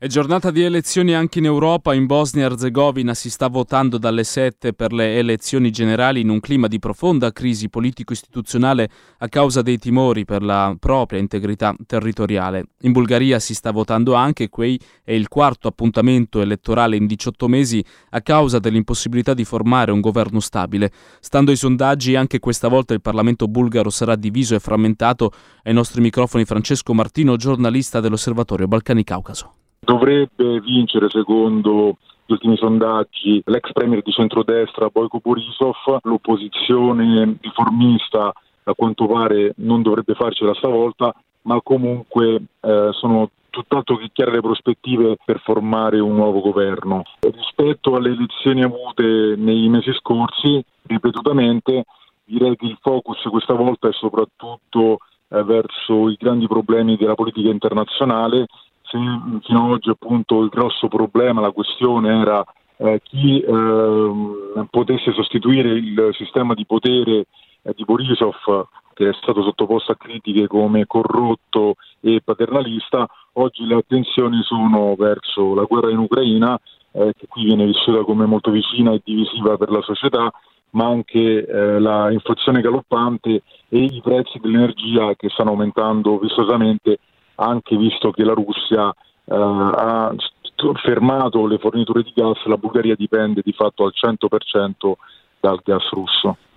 È giornata di elezioni anche in Europa. In Bosnia e Erzegovina si sta votando dalle 7 per le elezioni generali in un clima di profonda crisi politico-istituzionale a causa dei timori per la propria integrità territoriale. In Bulgaria si sta votando anche, qui è il quarto appuntamento elettorale in 18 mesi a causa dell'impossibilità di formare un governo stabile. Stando ai sondaggi, anche questa volta il Parlamento bulgaro sarà diviso e frammentato. Ai nostri microfoni Francesco Martino, giornalista dell'Osservatorio Balcani Caucaso. Dovrebbe vincere, secondo gli ultimi sondaggi, l'ex premier di centrodestra Boyko Borisov. L'opposizione riformista a quanto pare non dovrebbe farcela stavolta, ma comunque sono tutt'altro che chiare le prospettive per formare un nuovo governo. Rispetto alle elezioni avute nei mesi scorsi, ripetutamente, direi che il focus questa volta è soprattutto verso i grandi problemi della politica internazionale. Se fino ad oggi appunto il grosso problema, la questione era chi potesse sostituire il sistema di potere di Borisov, che è stato sottoposto a critiche come corrotto e paternalista. Oggi le attenzioni sono verso la guerra in Ucraina, che qui viene vissuta come molto vicina e divisiva per la società, ma anche la inflazione galoppante e i prezzi dell'energia che stanno aumentando vistosamente, anche visto che la Russia ha fermato le forniture di gas. La Bulgaria dipende di fatto al 100% dal gas russo.